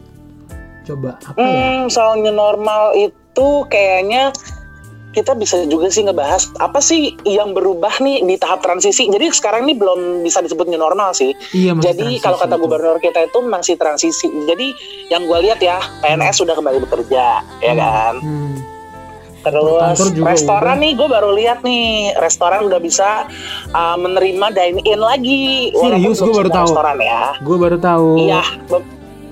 Coba apa ya? Hmm, soal new normal itu kayaknya kita bisa juga sih ngebahas apa sih yang berubah nih di tahap transisi. Jadi sekarang ini belum bisa disebut new normal sih. Iya, masih Jadi transisi kalau kata itu. gubernur kita itu masih transisi. Jadi yang gue lihat ya, P N S sudah kembali bekerja, ya kan. Hmm. Terus Kantor juga restoran udah. nih, gue baru lihat nih, restoran udah bisa uh, menerima dine in lagi. Walaupun Serius, belum gue baru semua tahu. Restoran ya. Gue baru tahu. Iya. be-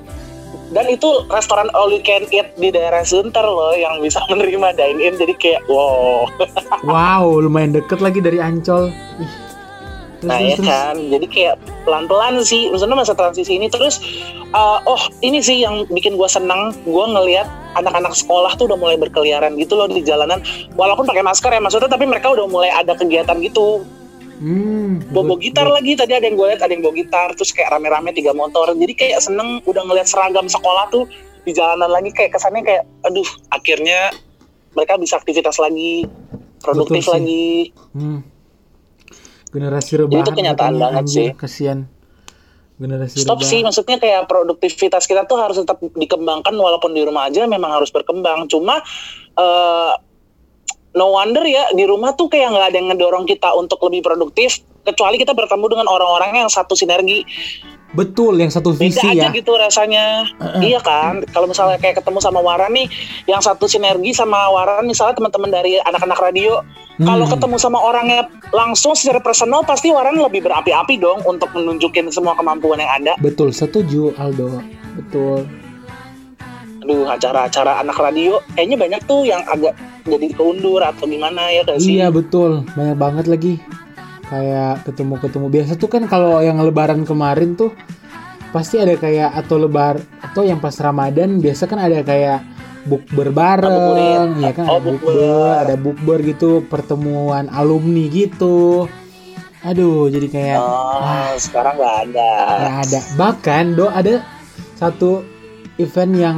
Dan itu restoran all you can eat di daerah Sunter loh yang bisa menerima dine in. Jadi kayak wow. Wow, lumayan deket lagi dari Ancol. Ih. Terus, Nah terus, ya terus. kan, jadi kayak pelan-pelan sih, maksudnya masa transisi ini. Terus, uh, oh ini sih yang bikin gue senang, gue ngelihat anak-anak sekolah tuh udah mulai berkeliaran gitu loh di jalanan, walaupun pakai masker ya maksudnya, tapi mereka udah mulai ada kegiatan gitu. Hmm, Bawa gua- gitar gua- lagi, tadi ada yang gue lihat ada yang bawa gitar, terus kayak rame-rame tiga motor, jadi kayak seneng udah ngelihat seragam sekolah tuh di jalanan lagi, kayak kesannya kayak, aduh akhirnya mereka bisa aktivitas lagi, produktif Betul sih. lagi. Hmm. Generasi Jadi rebahan itu kenyataan katanya, banget anjir, sih. kasihan. Generasi Stop rebahan. sih, maksudnya kayak produktivitas kita tuh harus tetap dikembangkan walaupun di rumah aja memang harus berkembang. Cuma uh, no wonder ya di rumah tuh kayak nggak ada yang ngedorong kita untuk lebih produktif kecuali kita bertemu dengan orang-orang yang satu sinergi. Betul, yang satu Beda visi aja ya. gitu rasanya. Iya kan, kalau misalnya kayak ketemu sama Waran nih, yang satu sinergi sama Waran misalnya teman-teman dari anak-anak radio. Hmm. Kalau ketemu sama orangnya langsung secara personal, pasti Waran lebih berapi-api dong untuk menunjukin semua kemampuan yang ada. Betul, setuju Aldo. Betul. Aduh, acara-acara anak radio kayaknya banyak tuh yang agak jadi keundur atau gimana ya gak sih? Iya betul, banyak banget lagi. Kayak ketemu-ketemu biasa tuh kan kalau yang lebaran kemarin tuh pasti ada kayak atau lebar atau yang pas Ramadan biasa kan ada kayak bukber bareng, ya kan Oh, ada bukber, ada bukber gitu, pertemuan alumni gitu. Aduh, jadi kayak Oh, sekarang nggak ada. nggak ada. Bahkan do ada satu event yang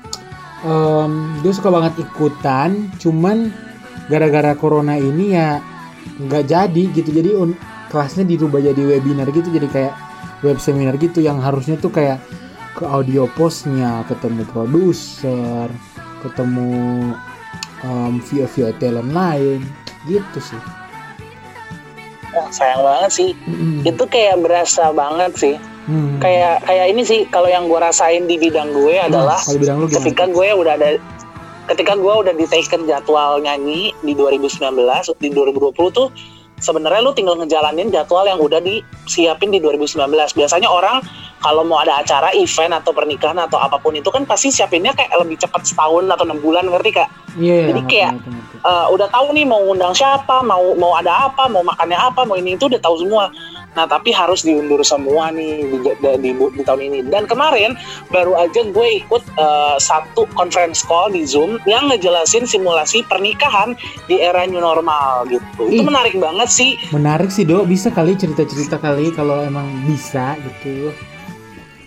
um, gue suka banget ikutan, cuman gara-gara corona ini ya nggak jadi gitu. Jadi un- kelasnya dirubah jadi webinar gitu, jadi kayak web seminar gitu yang harusnya tuh kayak ke audio postnya, ketemu produser, ketemu um, via-via talent lain gitu sih. Oh, sayang banget sih. Mm-mm. Itu kayak berasa banget sih. Hmm. Kayak kayak ini sih kalau yang gue rasain di bidang gue adalah kalau bidang lu gimana? ketika gue udah ada ketika gue udah diteken jadwal nyanyi di dua ribu sembilan belas, di dua ribu dua puluh tuh sebenarnya lu tinggal ngejalanin jadwal yang udah disiapin di dua ribu sembilan belas. Biasanya orang kalau mau ada acara event atau pernikahan atau apapun itu kan pasti siapinnya kayak lebih cepat setahun atau enam bulan, ngerti Kak? Iya, Jadi ngerti, kayak ngerti, ngerti. Uh, udah tahu nih mau undang siapa, mau mau ada apa, mau makannya apa, mau ini itu udah tahu semua. Nah tapi harus diundur semua nih di, di, di, di tahun ini. Dan kemarin baru aja gue ikut uh, satu conference call di Zoom yang ngejelasin simulasi pernikahan di era new normal gitu. Itu Ih. menarik banget sih. Menarik sih Dok, bisa kali cerita-cerita kali kalau emang bisa gitu.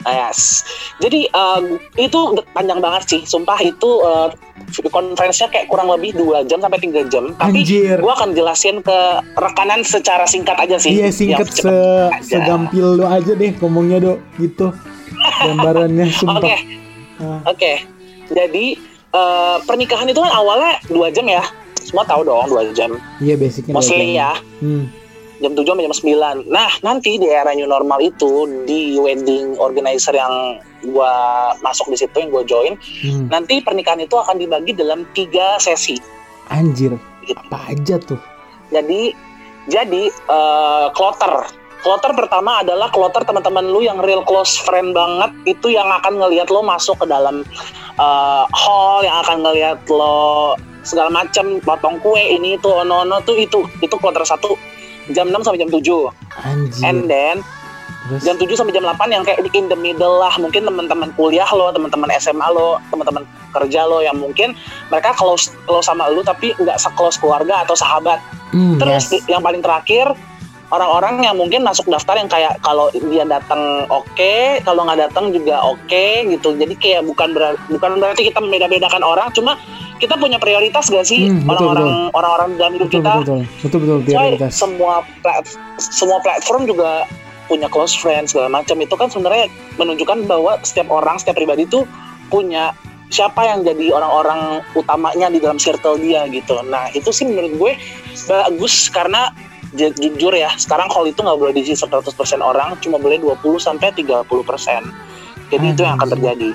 Yes. Jadi uh, itu panjang banget sih. Sumpah itu uh, konferensinya kayak kurang lebih dua jam sampai tiga jam. Tapi Anjir. gue akan jelasin ke rekanan secara singkat aja sih. Iya singkat se- segampil lo aja deh ngomongnya dok gitu. Gambarannya sumpah. Oke. Okay. Uh. Oke. Okay. Jadi uh, pernikahan itu kan awalnya dua jam ya. Semua tahu dong dua jam. Iya basicnya. Mostly ya. Hmm. Jam tujuh sampai jam sembilan. Nah, nanti di era new normal itu di wedding organizer yang gua masuk di situ, yang gua join, hmm. nanti pernikahan itu akan dibagi dalam tiga sesi. Anjir. Gitu. Apa aja tuh? Jadi jadi uh, kloter. Kloter pertama adalah kloter teman-teman lu yang real close friend banget, itu yang akan ngelihat lo masuk ke dalam uh, hall, yang akan ngelihat lo segala macam, potong kue ini itu ono-ono tuh itu. Itu kloter satu. Jam enam sampai jam tujuh. Anjir. And then Terus? Jam tujuh sampai jam delapan yang kayak in the middle lah. Mungkin teman-teman kuliah lo, teman-teman S M A lo, teman-teman kerja lo yang mungkin mereka close close sama lo tapi nggak se-close keluarga atau sahabat. Mm, Terus yes. yang paling terakhir orang-orang yang mungkin masuk daftar yang kayak kalau dia datang oke, okay, kalau nggak datang juga oke okay, gitu. Jadi kayak bukan ber- bukan berarti kita membeda-bedakan orang, cuma kita punya prioritas gak sih hmm, betul, orang-orang betul. orang-orang dalam hidup betul, kita. Betul betul betul prioritas. So, semua plat- semua platform juga punya close friends segala macam. Itu kan sebenarnya menunjukkan bahwa setiap orang, setiap pribadi itu punya siapa yang jadi orang-orang utamanya di dalam circle dia gitu. Nah itu sih menurut gue bagus karena j- jujur ya sekarang hall itu nggak boleh diisi seratus persen orang, cuma boleh dua puluh sampai tiga puluh persen. Jadi ah, itu yang akan terjadi.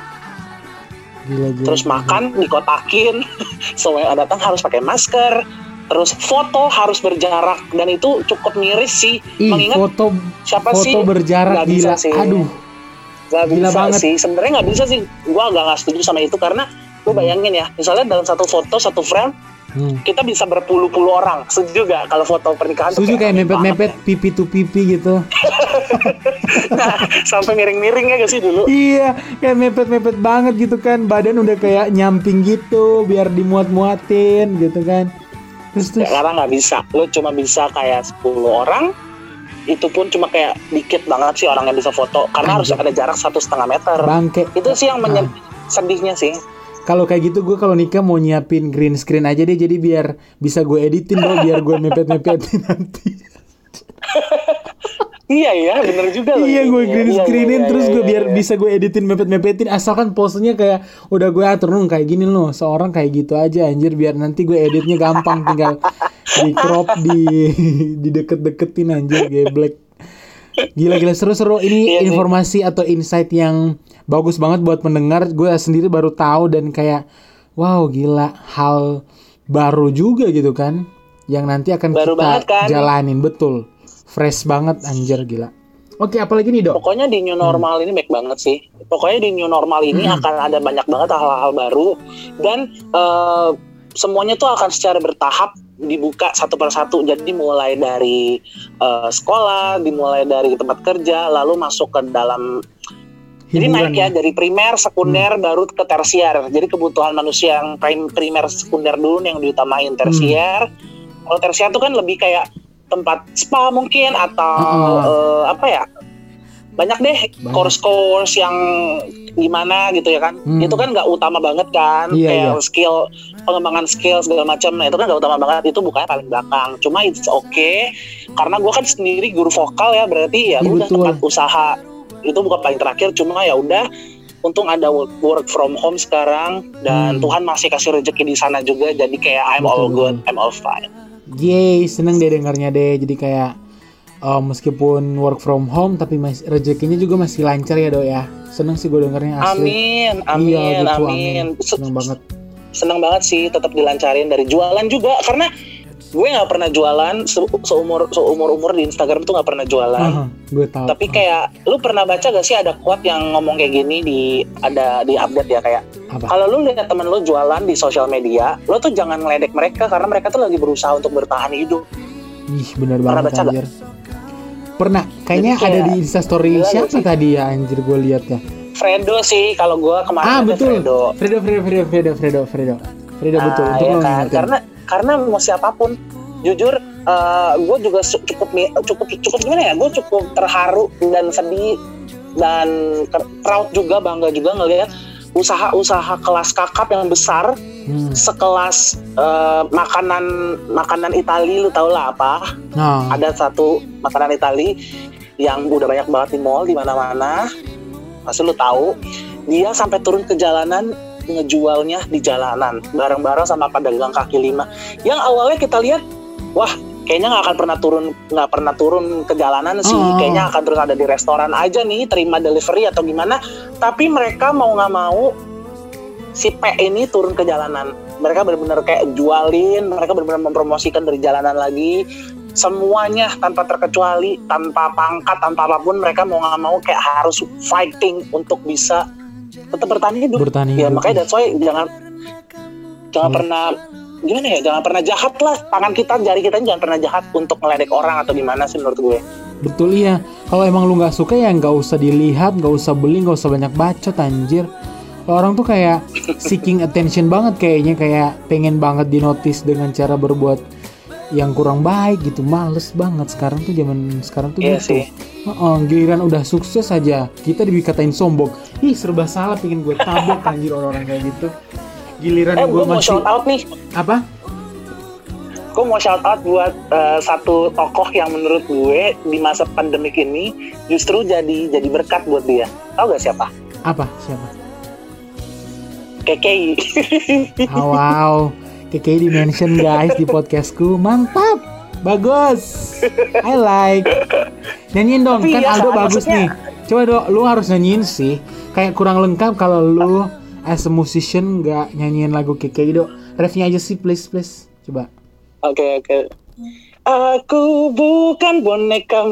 Gila, gila, terus gila. Makan dikotakin, semua yang datang harus pakai masker, terus foto harus berjarak dan itu cukup miris sih. Ih, mengingat foto siapa foto sih berjarak gila, sih. aduh, gak gila bisa banget sih. Sebenarnya nggak bisa sih, gue agak nggak setuju sama itu karena gue bayangin ya, misalnya dalam satu foto satu frame hmm. kita bisa berpuluh-puluh orang, setuju gak kalau foto pernikahan? Setuju kayak mepet-mepet ya. Pipi to pipi gitu. Nah, sampai miring-miring ya gak sih dulu? Iya, kayak mepet-mepet banget gitu kan, badan udah kayak nyamping gitu, biar dimuat-muatin gitu kan. Terus terus. Ya, karena nggak bisa, lo cuma bisa kayak sepuluh orang, itu pun cuma kayak dikit banget sih orang yang bisa foto, karena Anjir. harus ada jarak satu setengah meter. Bangke. Itu sih yang menye- nah. sedihnya sih. Kalau kayak gitu gue kalau nikah mau nyiapin green screen aja deh, jadi biar bisa gue editin loh, biar gue mepet-mepetin nanti. Iya ya, bener juga loh. Iya, gue green iya, screenin iya, iya, terus iya, gue iya, biar iya. bisa gue editin mepet-mepetin, asalkan posenya kayak udah gue atur nung kayak gini loh, seorang kayak gitu aja anjir, biar nanti gue editnya gampang, tinggal di crop, di di deket-deketin anjir, geblek. Gila-gila seru-seru ini iya, informasi iya. atau insight yang bagus banget buat pendengar. Gue sendiri baru tahu dan kayak wow gila, hal baru juga gitu kan, yang nanti akan baru kita kan? jalanin. Betul, fresh banget anjir, gila. Oke, apalagi nih dok? Pokoknya di new normal hmm. ini baik banget sih. Pokoknya di new normal ini hmm. akan ada banyak banget hal-hal baru dan uh, semuanya tuh akan secara bertahap dibuka satu persatu. Jadi mulai dari uh, sekolah, dimulai dari tempat kerja, lalu masuk ke dalam. Jadi naik ya dari primer, sekunder, hmm. baru ke tersier. Jadi kebutuhan manusia yang prim- primer, sekunder dulu yang diutamain. Tersier. Hmm. Kalau tersier itu kan lebih kayak tempat spa mungkin atau hmm. uh, apa ya? Banyak deh banyak. course-course yang gimana gitu ya kan. Hmm. Itu kan nggak utama banget kan. Iya, kayak iya. skill, pengembangan skill segala macam. Nah itu kan nggak utama banget. Itu bukannya paling belakang. Cuma it's okay. Karena gue kan sendiri guru vokal ya. Berarti ya, ya udah tempat usaha. Itu bukan paling terakhir, cuma ya udah untung ada work from home sekarang dan hmm. Tuhan masih kasih rezeki di sana juga, jadi kayak I'm betul, all good, betul. I'm all fine. Yeay, seneng deh dengarnya deh. Jadi kayak uh, meskipun work from home tapi mas- rezekinya juga masih lancar ya dok ya. Seneng sih gue dengarnya asli. Amin, amin, iya, gitu, amin. amin. Seneng banget. Seneng banget sih, tetap dilancarin dari jualan juga karena gue nggak pernah jualan se- seumur seumur umur di Instagram tuh nggak pernah jualan. Uh-huh, gue tahu. Tapi kayak lu pernah baca gak sih ada quote yang ngomong kayak gini di ada di update ya kayak kalau lu lihat temen lu jualan di sosial media, lu tuh jangan ngeledek mereka karena mereka tuh lagi berusaha untuk bertahan hidup. Ih benar pernah banget baca anjir. Gak? Pernah. Kayaknya kayak ada di Instastory siapa sih tadi ya anjir gue lihat ya. Fredo sih kalau gue kemarin. Ah betul. Fredo. Fredo Fredo Fredo Fredo Fredo Fredo. Fredo nah, betul. Ya kan? Karena karena mau siapapun. Jujur, uh, gue juga cukup cukup cukup gimana ya? Gue cukup terharu dan sedih dan proud juga, bangga juga ngelihat usaha-usaha kelas kakap yang besar, hmm. sekelas uh, makanan makanan Itali, lu tau lah apa? Oh. Ada satu makanan Itali yang udah banyak banget di mall di mana-mana, pasti lu tahu. Dia sampai turun ke jalanan ngejualnya di jalanan bareng-bareng sama pedagang kaki lima. Yang awalnya kita lihat, wah kayaknya nggak akan pernah turun nggak pernah turun ke jalanan sih, oh. kayaknya akan terus ada di restoran aja nih, terima delivery atau gimana. Tapi mereka mau nggak mau si P ini turun ke jalanan. Mereka benar-benar kayak jualin, mereka benar-benar mempromosikan dari jalanan lagi. Semuanya tanpa terkecuali, tanpa pangkat, tanpa apapun, mereka mau nggak mau kayak harus fighting untuk bisa tetap bertahan hidup. Bertahan hidup. Ya makanya that's why jangan jangan hmm. pernah gimana ya, jangan pernah jahat lah, tangan kita, jari kita jangan pernah jahat untuk ngeledek orang atau gimana sih menurut gue. Betul iya. Kalau emang lu nggak suka ya nggak usah dilihat, nggak usah beli, nggak usah banyak bacot anjir. Orang tuh kayak seeking attention banget kayaknya, kayak pengen banget dinotis dengan cara berbuat yang kurang baik gitu. Males banget sekarang tuh, zaman sekarang tuh iya gitu. Uh-uh, giliran udah sukses aja kita dikatain sombong. Ih serba salah, pengen gue tabok anjir orang-orang kayak gitu. Giliran eh, gue masih. Mau shout out nih. Apa? Gue mau shout out buat uh, satu tokoh yang menurut gue di masa pandemik ini justru jadi jadi berkat buat dia. Tahu gak siapa? Apa? Siapa? K K I. Oh, wow. K K I di-mention guys di podcastku. Mantap. Bagus. I like. Nyanyiin dong. Tapi kan ya, Aldo bagus maksudnya... nih. Coba dong, lu harus nyanyiin sih. Kayak kurang lengkap kalau lu as a musician gak nyanyiin lagu K K I dong. Refnya aja sih please please. Coba. Oke okay, oke. Okay. Aku bukan bonekamu.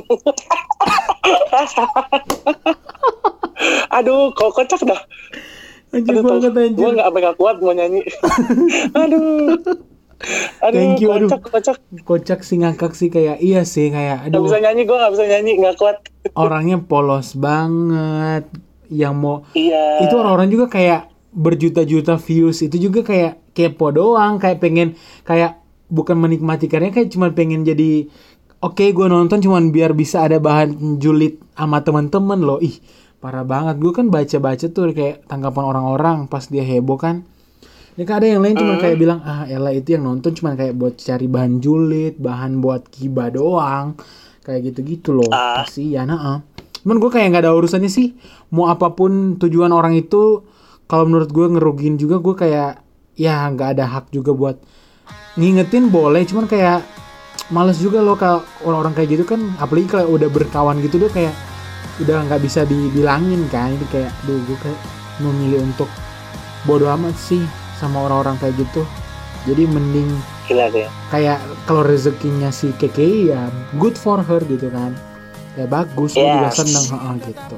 Aduh, kok kocak dah. Anjir banget anjir. Gue gak bakal kuat mau nyanyi. Aduh. Aduh, thank you, kocak, aduh. kocak. Kocak sih, ngakak sih, kayak iya sih, kayak aduh. Gak bisa nyanyi, gue gak bisa nyanyi, gak kuat. Orangnya polos banget. Yang mau, iya. Itu orang-orang juga kayak berjuta-juta views. Itu juga kayak kepo doang. Kayak pengen, kayak bukan menikmati karena kayak cuma pengen jadi, oke okay, gue nonton cuman biar bisa ada bahan julid sama teman-teman loh. Ih, parah banget. Gue kan baca-baca tuh kayak tanggapan orang-orang pas dia heboh kan. Ya kan ada yang lain cuma mm. kayak bilang, ah elah itu yang nonton cuma kayak buat cari bahan julid, bahan buat gibah doang. Kayak gitu-gitu loh. Uh. Kasihan, ah. Cuman gue kayak gak ada urusannya sih. Mau apapun tujuan orang itu, kalau menurut gue ngerugiin juga, gue kayak ya gak ada hak juga buat ngingetin boleh. Cuman kayak males juga loh kalau orang-orang kayak gitu kan. Apalagi kalau udah berkawan gitu tuh kayak udah gak bisa dibilangin kan. Jadi kayak, duh gue kayak memilih untuk bodo amat sih sama orang-orang kayak gitu. Jadi mending gila ya. Kayak kalau rezekinya si K K I ya good for her gitu kan. Ya bagus, yes. Gue juga seneng ha, gitu.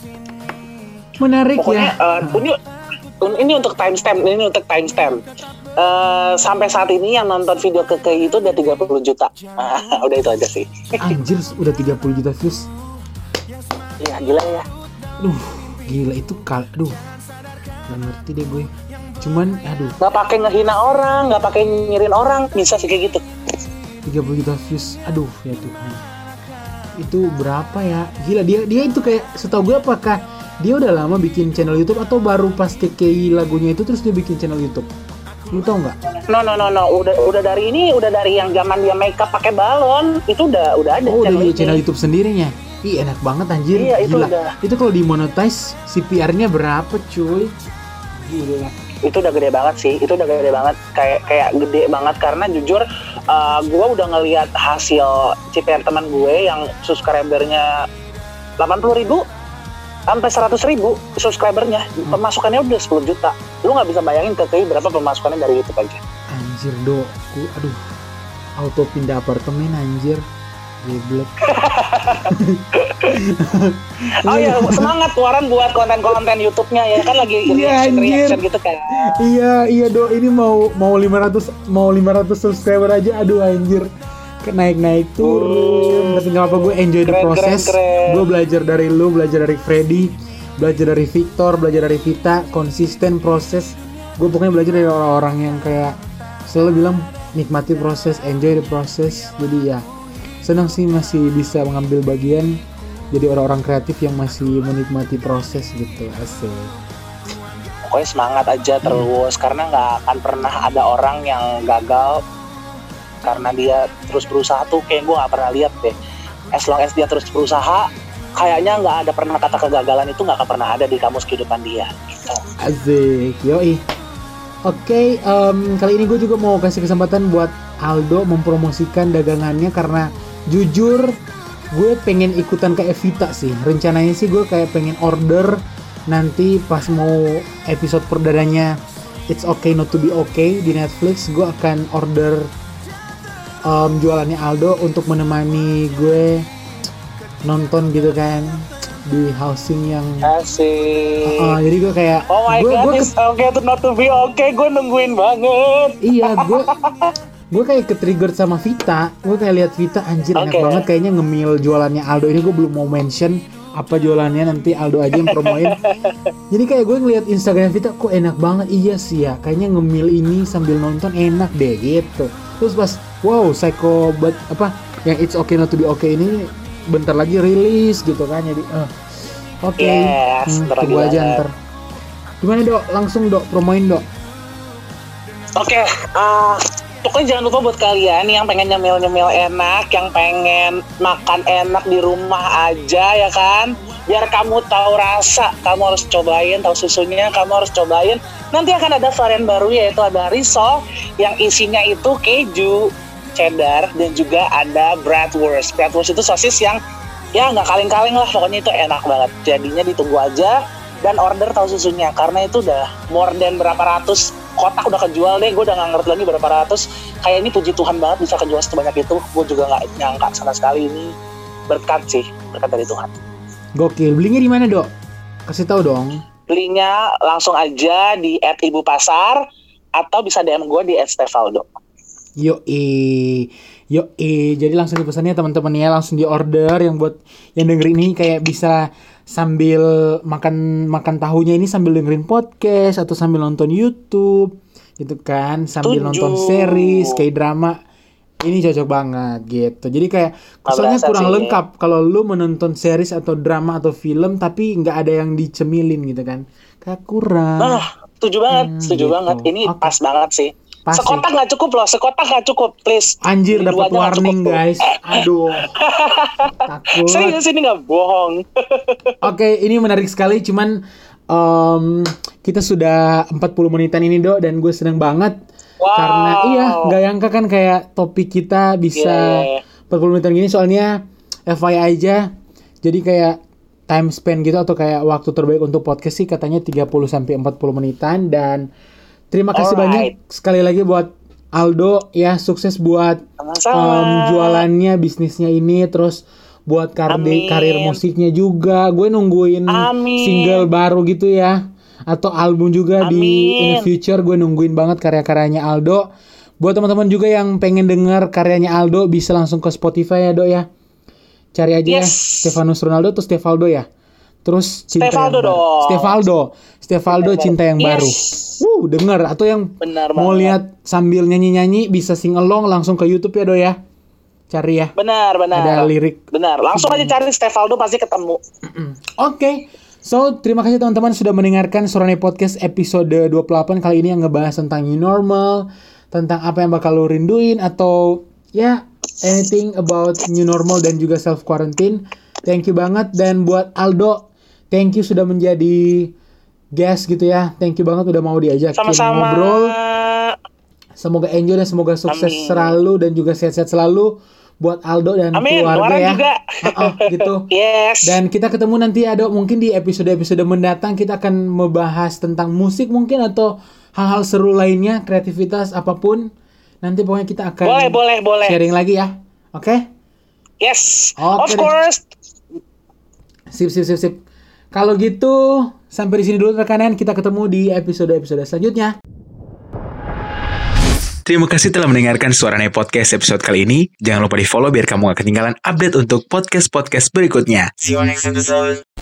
Menarik. Pokoknya, ya. Uh, ini, ini untuk timestamp, ini untuk timestamp. Uh, sampai saat ini yang nonton video K K I itu udah tiga puluh juta. Uh, udah itu aja sih. Anjir, udah tiga puluh juta views. Iya, gila ya. Aduh, gila itu kal, aduh. Gak ngerti deh gue. Cuman aduh, nggak pakai ngehina orang, nggak pakai nyirin orang, bisa sih kayak gitu. tiga puluh juta views, aduh ya Tuhan. Itu berapa ya? Gila, dia dia itu kayak, setahu gue apakah dia udah lama bikin channel YouTube atau baru pas K K I lagunya itu terus dia bikin channel YouTube? Lu tau nggak? No no no no, udah udah dari ini, udah dari yang zaman dia makeup pakai balon, itu udah udah ada. Oh, udah channel YouTube sendirinya. Ih enak banget anjir. Iya, itu gila. Udah. Itu kalau dimonetize C P R-nya berapa cuy? Gila. Itu udah gede banget sih, itu udah gede banget, kayak kayak gede banget karena jujur uh, gue udah ngelihat hasil C P R teman gue yang subscribernya delapan puluh ribu sampai seratus ribu subscribernya, hmm. pemasukannya udah sepuluh juta. Lu nggak bisa bayangin K K I berapa pemasukannya dari YouTube aja. Anjir do, aku aduh auto pindah apartemen anjir. Goblok. Oh ya, semangat Waran buat konten-konten YouTube-nya ya kan lagi iya, reaction gitu kan. Iya, iya do, ini mau mau lima ratus mau lima ratus subscriber aja, aduh anjir. Naik-naik turun. Uh, Tapi enggak apa, gue enjoy the process. Gue belajar dari lu, belajar dari Freddy, belajar dari Victor, belajar dari Vita, konsisten proses. Gue pokoknya belajar dari orang-orang yang kayak selalu bilang nikmati proses, enjoy the process. Jadi ya senang sih masih bisa mengambil bagian jadi orang-orang kreatif yang masih menikmati proses gitu. Asik. Pokoknya semangat aja terus, hmm. karena nggak akan pernah ada orang yang gagal karena dia terus berusaha tuh. Kayak gue nggak pernah lihat deh, as long as dia terus berusaha, kayaknya nggak ada pernah kata kegagalan itu nggak akan pernah ada di kamus kehidupan dia gitu. Asik, yoi. Oke, okay, um, kali ini gue juga mau kasih kesempatan buat Aldo mempromosikan dagangannya, karena jujur gue pengen ikutan ke Evita sih. Rencananya sih gue kayak pengen order nanti pas mau episode perdananya It's Okay Not To Be Okay di Netflix. Gue akan order um, jualannya Aldo untuk menemani gue nonton gitu kan, di housing yang asik. Uh, jadi gue kayak oh my gue, god, gue it's okay to not to be okay. Gue nungguin banget. Iya, gue gue kayak ke-trigger sama Vita. Gue kayak lihat Vita, anjir enak okay. banget kayaknya ngemil jualannya Aldo ini. Gue belum mau mention apa jualannya, nanti Aldo aja yang promoin. Jadi kayak gue ngeliat Instagram Vita, kok enak banget. Iya sih ya, kayaknya ngemil ini sambil nonton enak deh gitu. Terus pas wow, Psycho but apa yang It's Okay Not To Be Okay ini bentar lagi rilis gitu kan, jadi uh, oke okay. Yes, hmm, tunggu aja ntar. Gimana Dok? Langsung Dok, promoin Dok. Oke, okay, uh, pokoknya jangan lupa buat kalian yang pengen nyemil-nyemil enak, yang pengen makan enak di rumah aja ya kan, biar kamu tahu rasa, kamu harus cobain, tahu susunya kamu harus cobain. Nanti akan ada varian baru, yaitu ada risol yang isinya itu keju, cheddar, dan juga ada bratwurst. Bratwurst itu sosis yang ya nggak kaleng-kaleng lah, pokoknya itu enak banget. Jadinya ditunggu aja dan order tahu susunya, karena itu udah more than berapa ratus kotak udah kejual deh. Gue udah nggak ngerti lagi berapa ratus. Kayak ini puji Tuhan banget bisa kejual sebanyak itu. Gue juga nggak nyangka sama sekali, ini berkat sih, berkat dari Tuhan. Gokil. Belinya di mana Dok? Kasih tahu dong. Belinya langsung aja di at ibu pasar atau bisa D M gue di at stefaldo. Yoi, yoi. Jadi langsung dipesannya teman-teman ya, langsung di order. Yang buat yang dengerin ini kayak bisa sambil makan makan tahunya ini sambil dengerin podcast atau sambil nonton YouTube gitu kan, sambil Tujuh. nonton series kayak drama. Ini cocok banget gitu. Jadi kayak kesannya kurang sih lengkap kalau lu menonton series atau drama atau film tapi nggak ada yang dicemilin gitu kan. Kayak kurang. Nah, setuju banget, hmm, setuju gitu. banget. Ini okay. pas banget sih. Pasti. Sekotak nggak cukup loh, sekotak nggak cukup, please. Anjir, dapat warning guys. Aduh, takut. Serius ini nggak bohong. Oke, okay, ini menarik sekali. Cuman um, kita sudah empat puluh menitan ini Dok, dan gue seneng banget. Wow. Karena iya, nggak nyangka kan kayak topik kita bisa yeah. empat puluh menitan gini. Soalnya F Y I aja, jadi kayak time spend gitu atau kayak waktu terbaik untuk podcast sih katanya tiga puluh sampai empat puluh menitan. Dan terima kasih Alright. banyak sekali lagi buat Aldo ya, sukses buat um, jualannya, bisnisnya ini, terus buat karir karir musiknya juga. Gue nungguin Amin. single baru gitu ya, atau album juga Amin. di in the future. Gue nungguin banget karya-karyanya Aldo. Buat teman-teman juga yang pengen denger karyanya Aldo bisa langsung ke Spotify ya Dok ya. Cari aja yes. ya Stefanus Ronaldo atau Stefaldo ya. Terus cinta Stefaldo yang baru. Stefaldo, Stefaldo cinta yang yes. baru. Uh, denger atau yang Benar mau lihat sambil nyanyi-nyanyi bisa sing along langsung ke YouTube ya Do ya. Cari ya. Benar, benar. Ada lirik. Benar. Langsung aja cari Stefaldo pasti ketemu. Oke. Okay. So, terima kasih teman-teman sudah mendengarkan Sorane Podcast episode dua puluh delapan kali ini yang ngebahas tentang new normal, tentang apa yang bakal lo rinduin atau ya anything about new normal dan juga self quarantine. Thank you banget. Dan buat Aldo, thank you sudah menjadi guest gitu ya. Thank you banget udah mau diajakin Sama-sama. ngobrol. Semoga enjoy dan semoga sukses Amin. selalu dan juga sehat-sehat selalu buat Aldo dan Amin. keluarga Orang ya. juga. Uh-uh, gitu. Yes. Dan kita ketemu nanti Ado mungkin di episode-episode mendatang, kita akan membahas tentang musik mungkin atau hal-hal seru lainnya, kreativitas apapun. Nanti pokoknya kita akan boleh, boleh, boleh. sharing lagi ya. Oke? Okay? Yes. Okay, of course. Sip, sip, sip, sip. Kalau gitu, sampai di sini dulu rekanan. Kita ketemu di episode-episode selanjutnya. Terima kasih telah mendengarkan Suarane Podcast episode kali ini. Jangan lupa di follow biar kamu gak ketinggalan update untuk podcast-podcast berikutnya. See you next episode.